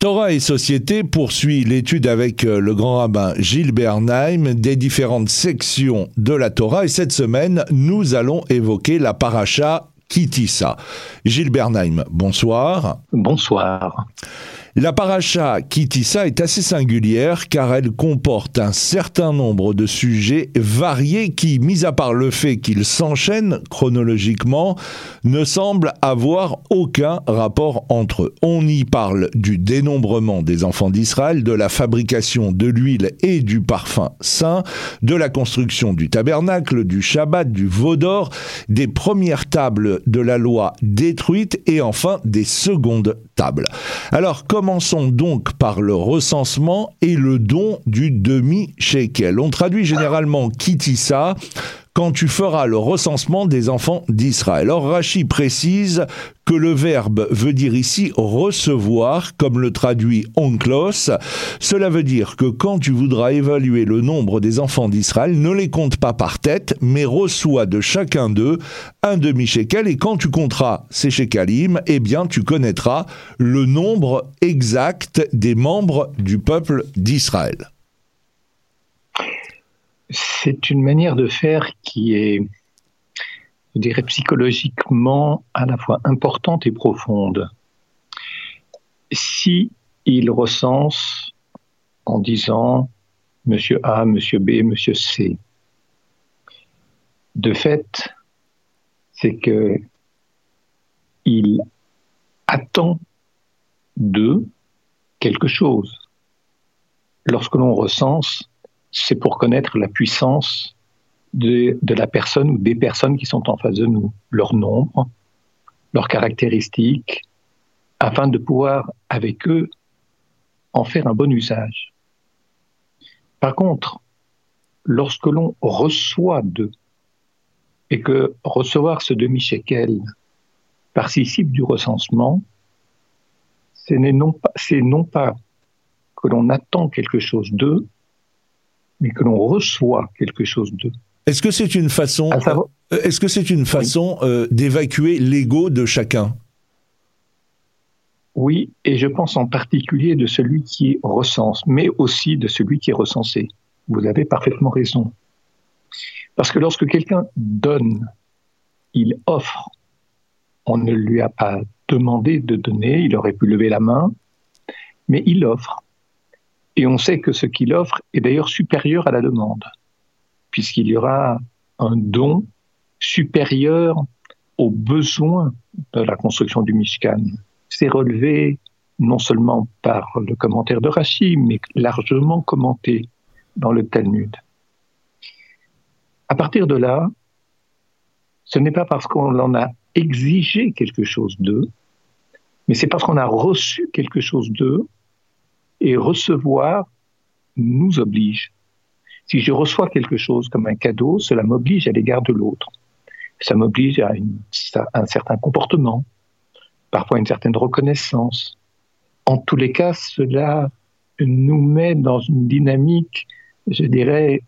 Torah et Société poursuit l'étude avec le grand rabbin Gilles Bernheim des différentes sections de la Torah et cette semaine, nous allons évoquer la paracha Ki Tisa. Gilles Bernheim, bonsoir. Bonsoir. La paracha Ki Tisa est assez singulière car elle comporte un certain nombre de sujets variés qui, mis à part le fait qu'ils s'enchaînent chronologiquement, ne semblent avoir aucun rapport entre eux. On y parle du dénombrement des enfants d'Israël, de la fabrication de l'huile et du parfum saint, de la construction du tabernacle, du Shabbat, du veau d'or, des premières tables de la loi détruites et enfin des secondes tables. Alors, commençons donc par le recensement et le don du demi-shekel. On traduit généralement Ki Tisa quand tu feras le recensement des enfants d'Israël. Or, Rashi précise que le verbe veut dire ici recevoir, comme le traduit Onklos. Cela veut dire que quand tu voudras évaluer le nombre des enfants d'Israël, ne les compte pas par tête, mais reçois de chacun d'eux un demi-shekel. Et quand tu compteras ces shekalim, eh bien, tu connaîtras le nombre exact des membres du peuple d'Israël. C'est une manière de faire qui est, je dirais, psychologiquement à la fois importante et profonde. Si il recense en disant Monsieur A, Monsieur B, Monsieur C, de fait, c'est que il attend d'eux quelque chose. Lorsque l'on recense, c'est pour connaître la puissance de la personne ou des personnes qui sont en face de nous, leur nombre, leurs caractéristiques, afin de pouvoir, avec eux, en faire un bon usage. Par contre, lorsque l'on reçoit d'eux, et que recevoir ce demi-shekel participe du recensement, c'est non pas que l'on attend quelque chose d'eux, mais que l'on reçoit quelque chose d'eux. Est-ce que c'est une façon, d'évacuer l'ego de chacun ? Oui, et je pense en particulier de celui qui recense, mais aussi de celui qui est recensé. Vous avez parfaitement raison. Parce que lorsque quelqu'un donne, il offre. On ne lui a pas demandé de donner, il aurait pu lever la main, mais il offre. Et on sait que ce qu'il offre est d'ailleurs supérieur à la demande, puisqu'il y aura un don supérieur aux besoins de la construction du Mishkan. C'est relevé non seulement par le commentaire de Rashi, mais largement commenté dans le Talmud. À partir de là, ce n'est pas parce qu'on en a exigé quelque chose d'eux, mais c'est parce qu'on a reçu quelque chose d'eux. Et recevoir nous oblige. Si je reçois quelque chose comme un cadeau, cela m'oblige à l'égard de l'autre. Ça m'oblige à un certain comportement, parfois une certaine reconnaissance. En tous les cas, cela nous met dans une dynamique, je ne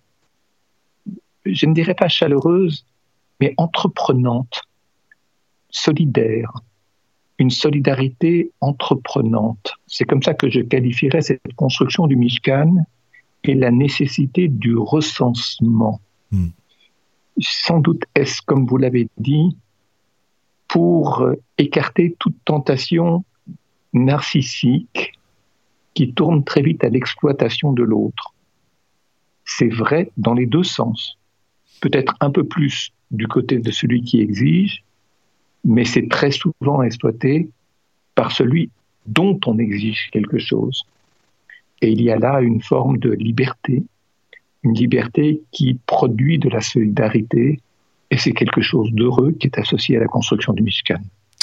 dirais pas chaleureuse, mais entreprenante, solidaire. Une solidarité entreprenante. C'est comme ça que je qualifierais cette construction du Mishkan et la nécessité du recensement. Sans doute est-ce, comme vous l'avez dit, pour écarter toute tentation narcissique qui tourne très vite à l'exploitation de l'autre. C'est vrai dans les deux sens. Peut-être un peu plus du côté de celui qui exige, mais c'est très souvent exploité par celui dont on exige quelque chose. Et il y a là une forme de liberté, une liberté qui produit de la solidarité, et c'est quelque chose d'heureux qui est associé à la construction du Mishkan.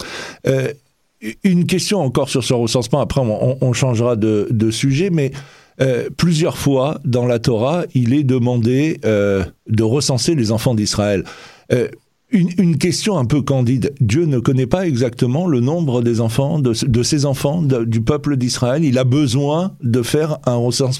Une question encore sur ce recensement, après on changera de sujet, mais plusieurs fois dans la Torah, il est demandé de recenser les enfants d'Israël. Une question un peu candide. Dieu ne connaît pas exactement le nombre des enfants, de ses enfants, du peuple d'Israël. Il a besoin de faire un recensement ?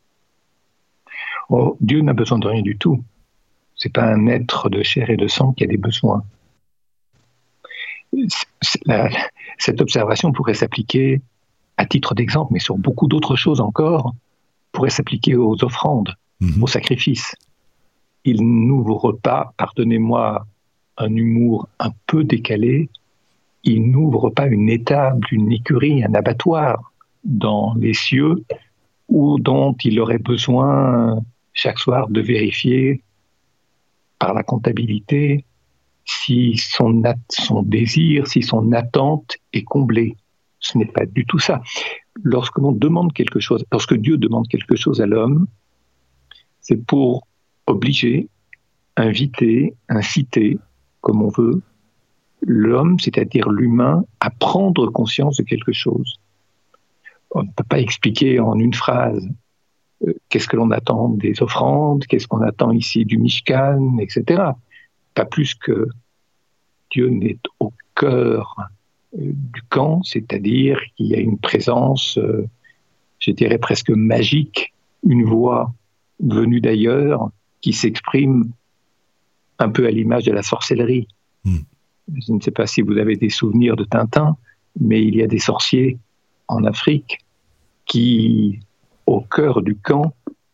Oh, Dieu n'a besoin de rien du tout. C'est pas un être de chair et de sang qui a des besoins. Cette observation pourrait s'appliquer à titre d'exemple, mais sur beaucoup d'autres choses encore, pourrait s'appliquer aux offrandes, aux sacrifices. Il n'ouvre pas, pardonnez-moi, un humour un peu décalé, il n'ouvre pas une étable, une écurie, un abattoir dans les cieux ou dont il aurait besoin chaque soir de vérifier par la comptabilité si son désir, si son attente est comblée. Ce n'est pas du tout ça. Lorsque l'on demande quelque chose, lorsque Dieu demande quelque chose à l'homme, c'est pour obliger, inviter, inciter, comme on veut, l'homme, c'est-à-dire l'humain, à prendre conscience de quelque chose. On ne peut pas expliquer en une phrase qu'est-ce que l'on attend des offrandes, qu'est-ce qu'on attend ici du Mishkan, etc. Pas plus que Dieu n'est au cœur du camp, c'est-à-dire qu'il y a une présence, je dirais presque magique, une voix venue d'ailleurs qui s'exprime un peu à l'image de la sorcellerie. Je ne sais pas si vous avez des souvenirs de Tintin, mais il y a des sorciers en Afrique qui, au cœur du camp,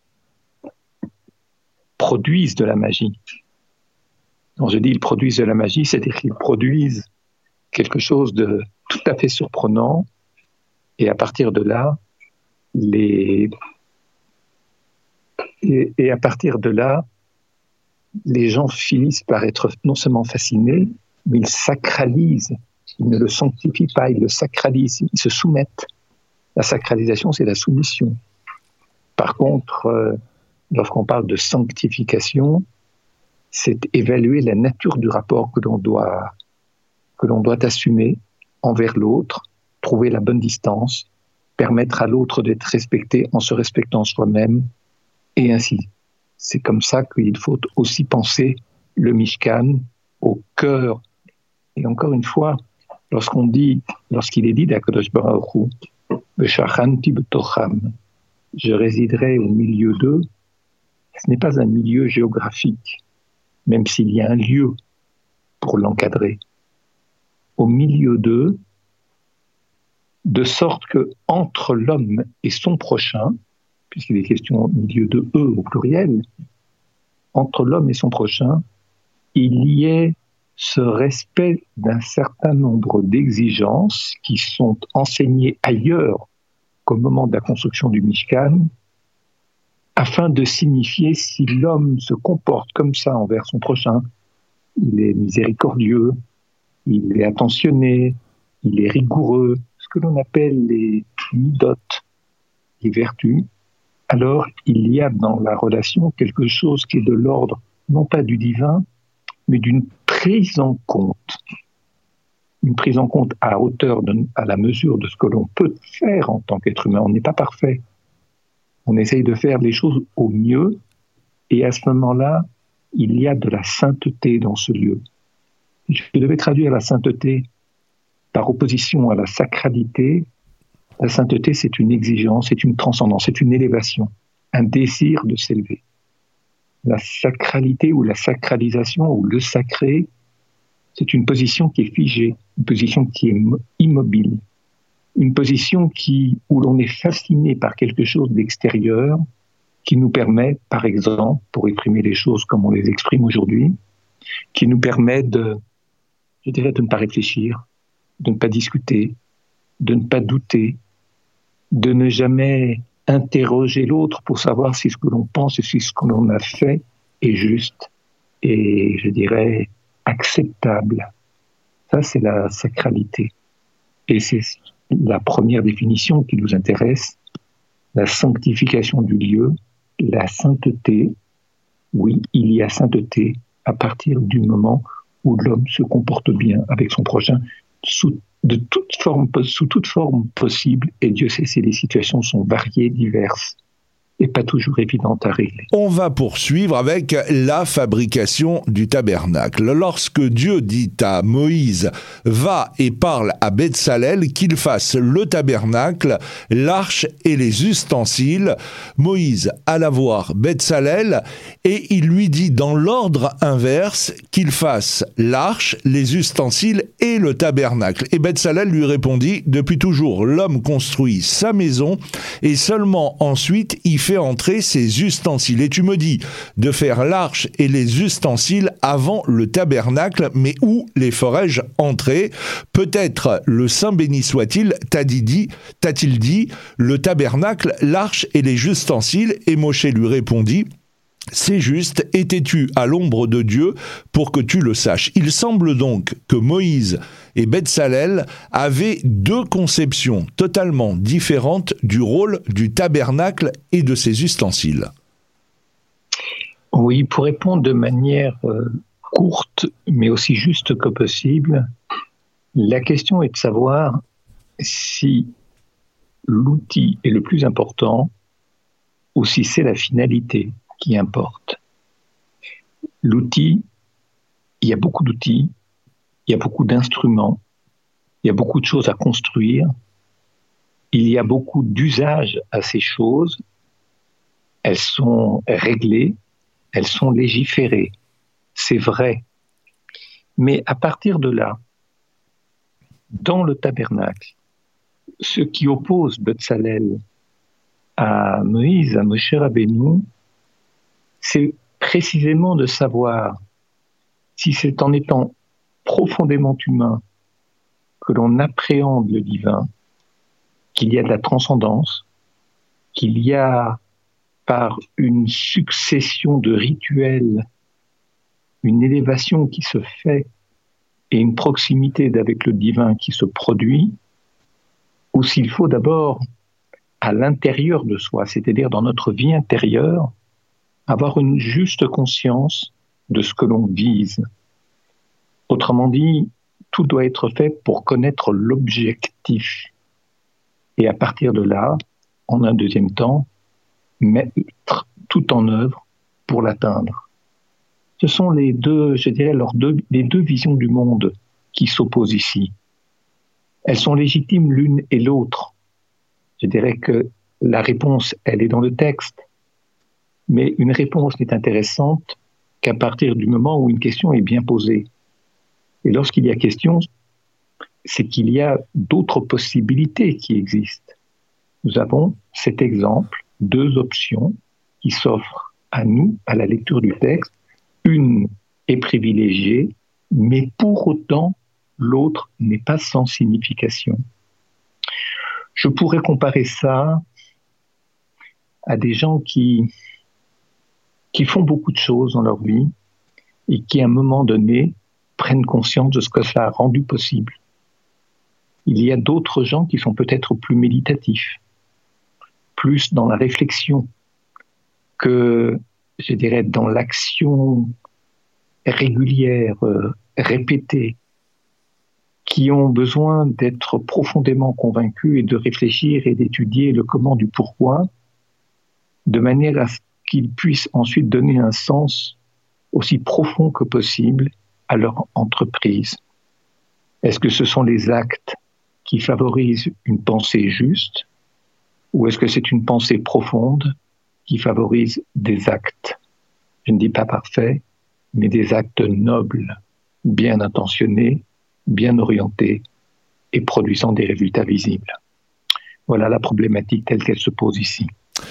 produisent de la magie. Quand je dis ils produisent de la magie, c'est-à-dire qu'ils produisent quelque chose de tout à fait surprenant, et à partir de là, les gens finissent par être non seulement fascinés, mais ils sacralisent. Ils ne le sanctifient pas, ils le sacralisent, ils se soumettent. La sacralisation, c'est la soumission. Par contre, lorsqu'on parle de sanctification, c'est évaluer la nature du rapport que l'on doit assumer envers l'autre, trouver la bonne distance, permettre à l'autre d'être respecté en se respectant soi-même, et ainsi. C'est comme ça qu'il faut aussi penser le Mishkan au cœur. Et encore une fois, lorsqu'il est dit d'Akadosh Baruch Hu, V'shachanti b'tocham, je résiderai au milieu d'eux, ce n'est pas un milieu géographique, même s'il y a un lieu pour l'encadrer. Au milieu d'eux, de sorte que entre l'homme et son prochain, puisqu'il est question au milieu de eux au pluriel, entre l'homme et son prochain, il y ait ce respect d'un certain nombre d'exigences qui sont enseignées ailleurs qu'au moment de la construction du Mishkan, afin de signifier si l'homme se comporte comme ça envers son prochain, il est miséricordieux, il est attentionné, il est rigoureux, ce que l'on appelle les midot, les vertus, alors il y a dans la relation quelque chose qui est de l'ordre, non pas du divin, mais d'une prise en compte. Une prise en compte à la mesure de ce que l'on peut faire en tant qu'être humain. On n'est pas parfait. On essaye de faire les choses au mieux, et à ce moment-là, il y a de la sainteté dans ce lieu. Je devais traduire la sainteté par opposition à la sacralité. La sainteté, c'est une exigence, c'est une transcendance, c'est une élévation, un désir de s'élever. La sacralité ou la sacralisation ou le sacré, c'est une position qui est figée, une position qui est immobile, une position où l'on est fasciné par quelque chose d'extérieur qui nous permet, par exemple, pour exprimer les choses comme on les exprime aujourd'hui, qui nous permet de ne pas réfléchir, de ne pas discuter, de ne pas douter, de ne jamais interroger l'autre pour savoir si ce que l'on pense et si ce que l'on a fait est juste et, je dirais, acceptable. Ça, c'est la sacralité. Et c'est la première définition qui nous intéresse, la sanctification du lieu, la sainteté. Oui, il y a sainteté à partir du moment où l'homme se comporte bien avec son prochain, sous toute forme possible, et Dieu sait si les situations sont variées, diverses. n'est pas toujours évidente à régler. On va poursuivre avec la fabrication du tabernacle. Lorsque Dieu dit à Moïse « Va et parle à Betsalel qu'il fasse le tabernacle, l'arche et les ustensiles », Moïse alla voir Betsalel et il lui dit dans l'ordre inverse qu'il fasse l'arche, les ustensiles et le tabernacle. Et Betsalel lui répondit « Depuis toujours, l'homme construit sa maison et seulement ensuite il fait entrer ses ustensiles. Et tu me dis de faire l'arche et les ustensiles avant le tabernacle, mais où les ferais-je entrer ? Peut-être le Saint béni soit-il t'a-t-il dit le tabernacle, l'arche et les ustensiles ? Et Moshe lui répondit « C'est juste, étais-tu à l'ombre de Dieu pour que tu le saches ?» Il semble donc que Moïse et Betsalel avaient deux conceptions totalement différentes du rôle du tabernacle et de ses ustensiles. Oui, pour répondre de manière courte, mais aussi juste que possible, la question est de savoir si l'outil est le plus important ou si c'est la finalité qui importe. L'outil, il y a beaucoup d'outils, il y a beaucoup d'instruments, il y a beaucoup de choses à construire, il y a beaucoup d'usages à ces choses, elles sont réglées, elles sont légiférées, c'est vrai. Mais à partir de là, dans le tabernacle, ce qui oppose Betsalel à Moïse, à Moshe Rabbeinu, c'est précisément de savoir si c'est en étant profondément humain que l'on appréhende le divin, qu'il y a de la transcendance, qu'il y a par une succession de rituels, une élévation qui se fait et une proximité avec le divin qui se produit, ou s'il faut d'abord, à l'intérieur de soi, c'est-à-dire dans notre vie intérieure, avoir une juste conscience de ce que l'on vise. Autrement dit, tout doit être fait pour connaître l'objectif. Et à partir de là, en un deuxième temps, mettre tout en œuvre pour l'atteindre. Ce sont les deux, je dirais, les deux visions du monde qui s'opposent ici. Elles sont légitimes l'une et l'autre. Je dirais que la réponse, elle est dans le texte. Mais une réponse n'est intéressante qu'à partir du moment où une question est bien posée. Et lorsqu'il y a question, c'est qu'il y a d'autres possibilités qui existent. Nous avons cet exemple, deux options qui s'offrent à nous, à la lecture du texte. Une est privilégiée, mais pour autant, l'autre n'est pas sans signification. Je pourrais comparer ça à des gens qui font beaucoup de choses dans leur vie et qui, à un moment donné, prennent conscience de ce que ça a rendu possible. Il y a d'autres gens qui sont peut-être plus méditatifs, plus dans la réflexion que, je dirais, dans l'action régulière, répétée, qui ont besoin d'être profondément convaincus et de réfléchir et d'étudier le comment du pourquoi, de manière à ce qu'ils puissent ensuite donner un sens aussi profond que possible à leur entreprise. Est-ce que ce sont les actes qui favorisent une pensée juste, ou est-ce que c'est une pensée profonde qui favorise des actes, je ne dis pas parfaits, mais des actes nobles, bien intentionnés, bien orientés et produisant des résultats visibles. Voilà la problématique telle qu'elle se pose ici.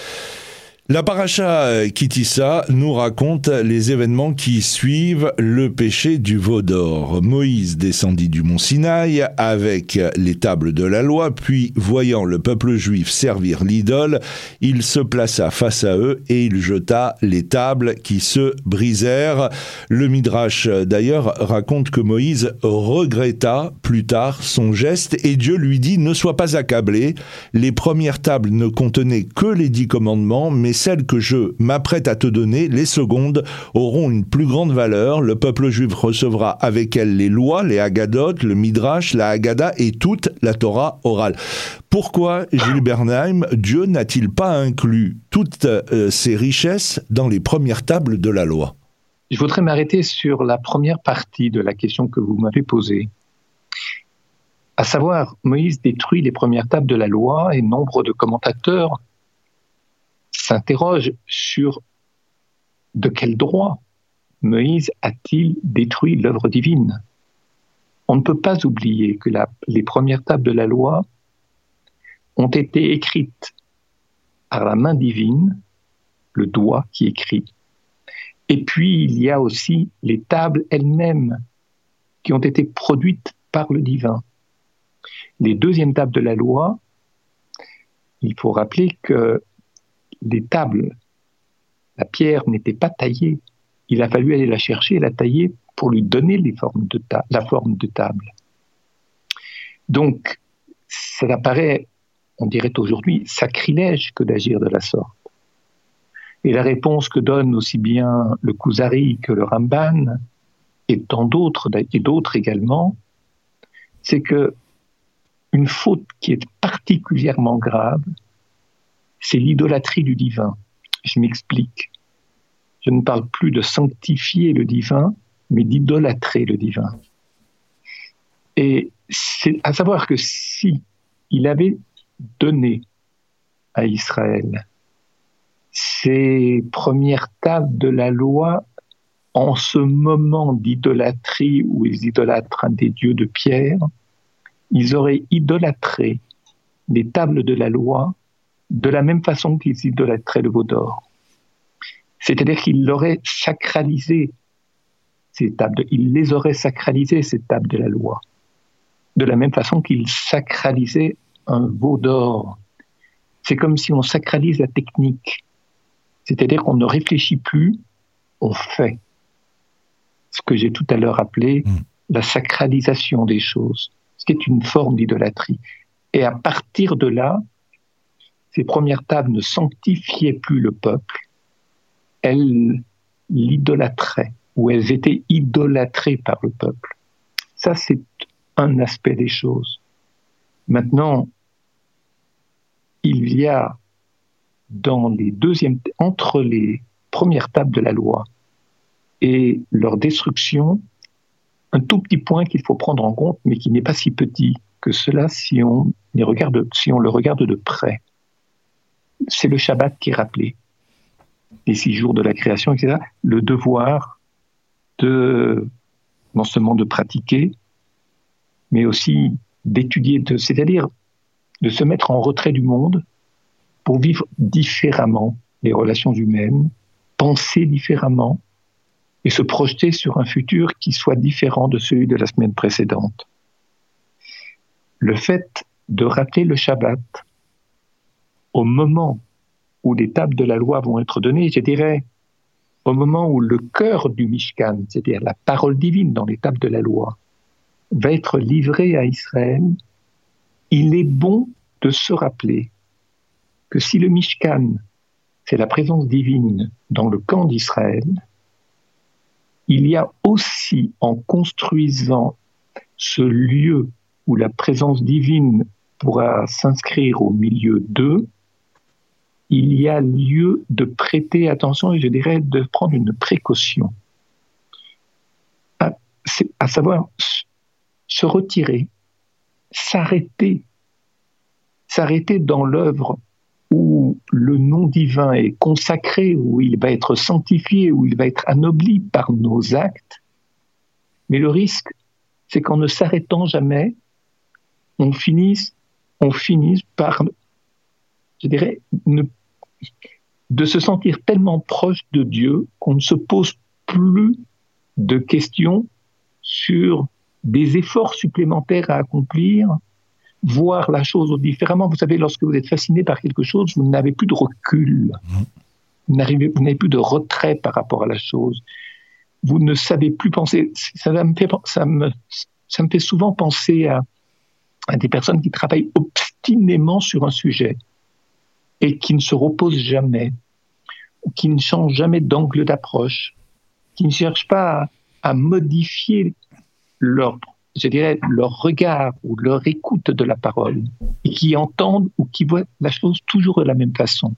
La paracha Ki Tisa nous raconte les événements qui suivent le péché du veau d'or. Moïse descendit du mont Sinaï avec les tables de la loi, puis voyant le peuple juif servir l'idole, il se plaça face à eux et il jeta les tables qui se brisèrent. Le Midrash d'ailleurs raconte que Moïse regretta plus tard son geste et Dieu lui dit « Ne sois pas accablé, les premières tables ne contenaient que les 10 commandements, mais celles que je m'apprête à te donner, les secondes, auront une plus grande valeur. Le peuple juif recevra avec elles les lois, les Haggadot, le Midrash, la Haggadah et toute la Torah orale. Pourquoi, Gilles Bernheim, Dieu n'a-t-il pas inclus toutes ces richesses dans les premières tables de la loi ? Je voudrais m'arrêter sur la première partie de la question que vous m'avez posée. À savoir, Moïse détruit les premières tables de la loi et nombre de commentateurs s'interrogent sur de quel droit Moïse a-t-il détruit l'œuvre divine. On ne peut pas oublier que les premières tables de la loi ont été écrites par la main divine, le doigt qui écrit. Et puis, il y a aussi les tables elles-mêmes qui ont été produites par le divin. Les deuxièmes tables de la loi, il faut rappeler que les tables, la pierre n'était pas taillée. Il a fallu aller la chercher et la tailler pour lui donner la forme de table. Donc, ça apparaît, on dirait aujourd'hui, sacrilège que d'agir de la sorte. Et la réponse que donne aussi bien le Kuzari que le Ramban, et tant d'autres, et d'autres également, c'est que une faute qui est particulièrement grave, c'est l'idolâtrie du divin. Je m'explique. Je ne parle plus de sanctifier le divin, mais d'idolâtrer le divin. Et c'est à savoir que si il avait donné à Israël ces premières tables de la loi en ce moment d'idolâtrie où ils idolâtrent un des dieux de pierre, ils auraient idolâtré les tables de la loi de la même façon qu'ils idolâtraient le veau d'or. C'est-à-dire qu'ils l'auraient sacralisé, ces tables, ils les auraient sacralisées, ces tables de la loi, de la même façon qu'ils sacralisaient un veau d'or. C'est comme si on sacralise la technique, c'est-à-dire qu'on ne réfléchit plus, on fait. Ce que j'ai tout à l'heure appelé la sacralisation des choses, ce qui est une forme d'idolâtrie. Et à partir de là, ces premières tables ne sanctifiaient plus le peuple, elles l'idolâtraient, ou elles étaient idolâtrées par le peuple. Ça, c'est un aspect des choses. Maintenant, il y a entre les premières tables de la loi et leur destruction, un tout petit point qu'il faut prendre en compte, mais qui n'est pas si petit que cela si on le regarde de près. C'est le Shabbat qui est rappelé, les 6 jours de la création, etc. Le devoir non seulement de pratiquer, mais aussi d'étudier, c'est-à-dire de se mettre en retrait du monde pour vivre différemment les relations humaines, penser différemment et se projeter sur un futur qui soit différent de celui de la semaine précédente. Le fait de rappeler le Shabbat au moment où les tables de la loi vont être données, je dirais, au moment où le cœur du Mishkan, c'est-à-dire la parole divine dans les tables de la loi, va être livré à Israël, il est bon de se rappeler que si le Mishkan, c'est la présence divine dans le camp d'Israël, il y a aussi, en construisant ce lieu où la présence divine pourra s'inscrire au milieu d'eux, il y a lieu de prêter attention et je dirais de prendre une précaution. À savoir se retirer, s'arrêter dans l'œuvre où le nom divin est consacré, où il va être sanctifié, où il va être anobli par nos actes. Mais le risque, c'est qu'en ne s'arrêtant jamais, on finisse par, je dirais, de se sentir tellement proche de Dieu qu'on ne se pose plus de questions sur des efforts supplémentaires à accomplir, voir la chose différemment. Vous savez, lorsque vous êtes fasciné par quelque chose, vous n'avez plus de recul. Vous n'avez plus de retrait par rapport à la chose. Vous ne savez plus penser. Ça me fait souvent penser à des personnes qui travaillent obstinément sur un sujet et qui ne se reposent jamais. qui ne changent jamais d'angle d'approche, qui ne cherchent pas à modifier leur regard ou leur écoute de la parole, et qui entendent ou qui voient la chose toujours de la même façon.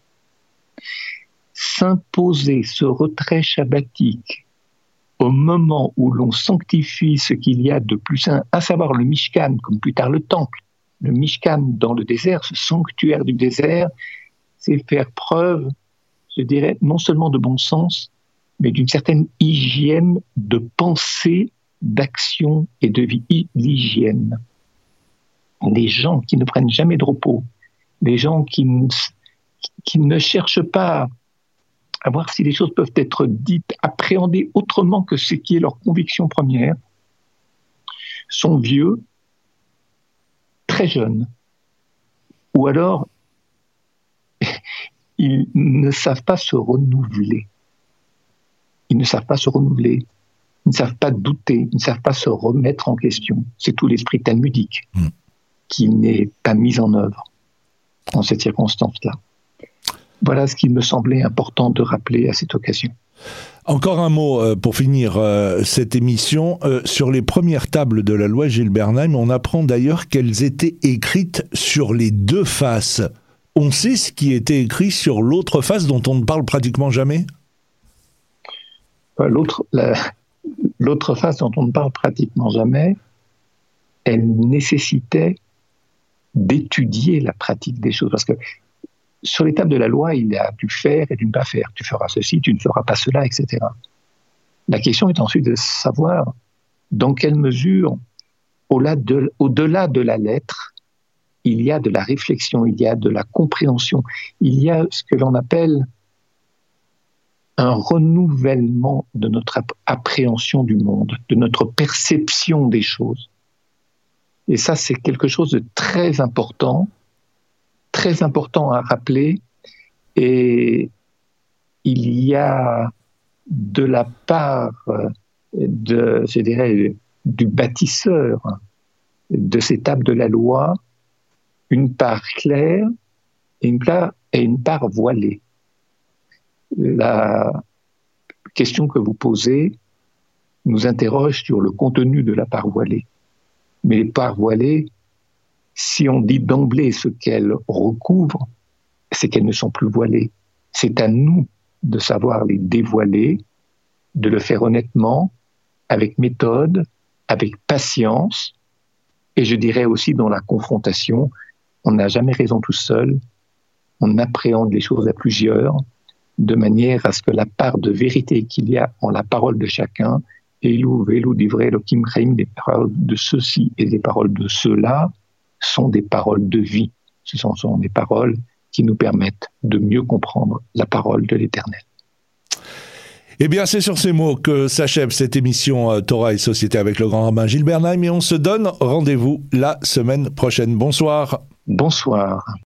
S'imposer ce retrait shabbatique au moment où l'on sanctifie ce qu'il y a de plus saint, à savoir le Mishkan, comme plus tard le temple, le Mishkan dans le désert, ce sanctuaire du désert, c'est faire preuve, je dirais, non seulement de bon sens, mais d'une certaine hygiène de pensée, d'action et de vie, l'hygiène. Les gens qui ne prennent jamais de repos, les gens qui ne cherchent pas à voir si les choses peuvent être dites, appréhendées autrement que ce qui est leur conviction première, sont vieux, très jeunes, ou alors ils ne savent pas se renouveler. Ils ne savent pas se renouveler, ils ne savent pas douter, ils ne savent pas se remettre en question. C'est tout l'esprit talmudique qui n'est pas mis en œuvre en cette circonstance-là. Voilà ce qui me semblait important de rappeler à cette occasion. Encore un mot pour finir cette émission. Sur les premières tables de la loi Gilles Bernheim, on apprend d'ailleurs qu'elles étaient écrites sur les deux faces. On sait ce qui était écrit sur l'autre face dont on ne parle pratiquement jamais ? L'autre face dont on ne parle pratiquement jamais, elle nécessitait d'étudier la pratique des choses. Parce que sur les tables de la loi, il y a du faire et du ne pas faire. Tu feras ceci, tu ne feras pas cela, etc. La question est ensuite de savoir dans quelle mesure, au-delà de la lettre, il y a de la réflexion, il y a de la compréhension, il y a ce que l'on appelle un renouvellement de notre appréhension du monde, de notre perception des choses. Et ça, c'est quelque chose de très important à rappeler. Et il y a de la part du bâtisseur de ces tables de la loi, une part claire et une part voilée. La question que vous posez nous interroge sur le contenu de la part voilée. Mais les parts voilées, si on dit d'emblée ce qu'elles recouvrent, c'est qu'elles ne sont plus voilées. C'est à nous de savoir les dévoiler, de le faire honnêtement, avec méthode, avec patience, et je dirais aussi dans la confrontation, on n'a jamais raison tout seul, on appréhende les choses à plusieurs, de manière à ce que la part de vérité qu'il y a en la parole de chacun, Elou, Velu, Divrei, Elohim, Chaim, des paroles de ceux-ci et des paroles de ceux-là, sont des paroles de vie. Ce sont des paroles qui nous permettent de mieux comprendre la parole de l'Éternel. Eh bien, c'est sur ces mots que s'achève cette émission Torah et Société avec le grand rabbin Gilles Bernheim, et on se donne rendez-vous la semaine prochaine. Bonsoir. Bonsoir.